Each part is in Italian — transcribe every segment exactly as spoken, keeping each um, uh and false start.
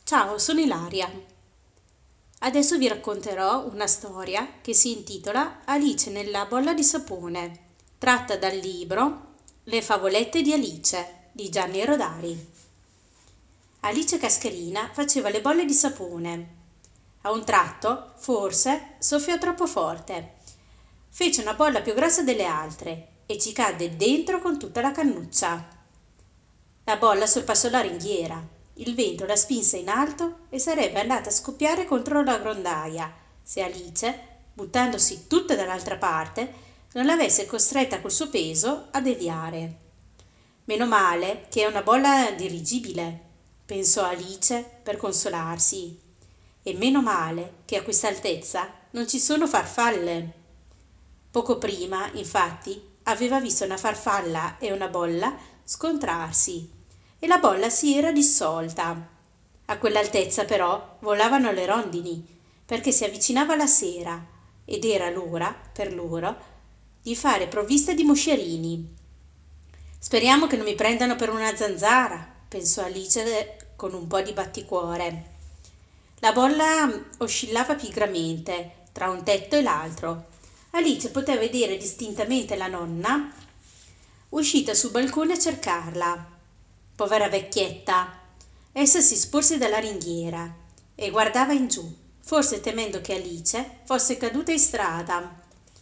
Ciao, sono Ilaria. Adesso vi racconterò una storia che si intitola Alice nella bolla di sapone, tratta dal libro Le favolette di Alice di Gianni Rodari. Alice Cascherina faceva le bolle di sapone. A un tratto, forse, soffiò troppo forte. Fece una bolla più grossa delle altre e ci cadde dentro con tutta la cannuccia. La bolla sorpassò la ringhiera. Il vento la spinse in alto e sarebbe andata a scoppiare contro la grondaia se Alice, buttandosi tutta dall'altra parte, non l'avesse costretta col suo peso a deviare. Meno male che è una bolla dirigibile, pensò Alice per consolarsi. E meno male che a questa altezza non ci sono farfalle. Poco prima, infatti, aveva visto una farfalla e una bolla scontrarsi e la bolla si era dissolta. A quell'altezza però volavano le rondini, perché si avvicinava la sera ed era l'ora, per loro, di fare provviste di moscerini. Speriamo che non mi prendano per una zanzara, pensò Alice con un po' di batticuore. La bolla oscillava pigramente tra un tetto e l'altro. Alice poteva vedere distintamente la nonna uscita sul balcone a cercarla. Povera vecchietta! Essa si sporse dalla ringhiera e guardava in giù, forse temendo che Alice fosse caduta in strada.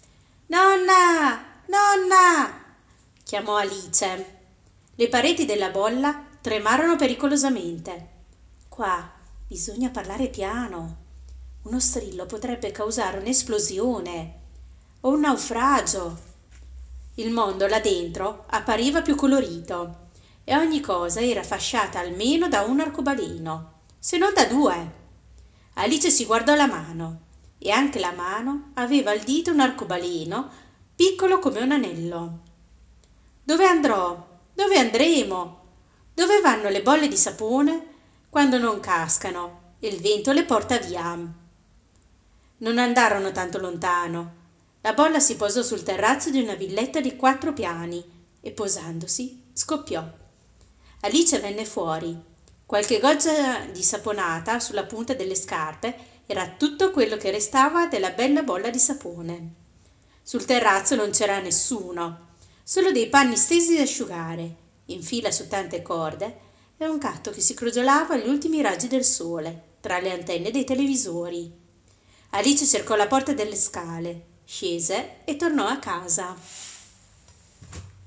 Nonna! Nonna! Chiamò Alice. Le pareti della bolla tremarono pericolosamente. Qua bisogna parlare piano. Uno strillo potrebbe causare un'esplosione o un naufragio. Il mondo là dentro appariva più colorito e ogni cosa era fasciata almeno da un arcobaleno, se non da due. Alice si guardò la mano e anche la mano aveva al dito un arcobaleno piccolo come un anello. Dove andrò? Dove andremo? Dove vanno le bolle di sapone quando non cascano e il vento le porta via? Non andarono tanto lontano. La bolla si posò sul terrazzo di una villetta di quattro piani e posandosi scoppiò. Alice venne fuori. Qualche goccia di saponata sulla punta delle scarpe era tutto quello che restava della bella bolla di sapone. Sul terrazzo non c'era nessuno, solo dei panni stesi da asciugare, in fila su tante corde, e un gatto che si crogiolava agli ultimi raggi del sole tra le antenne dei televisori. Alice cercò la porta delle scale, scese e tornò a casa.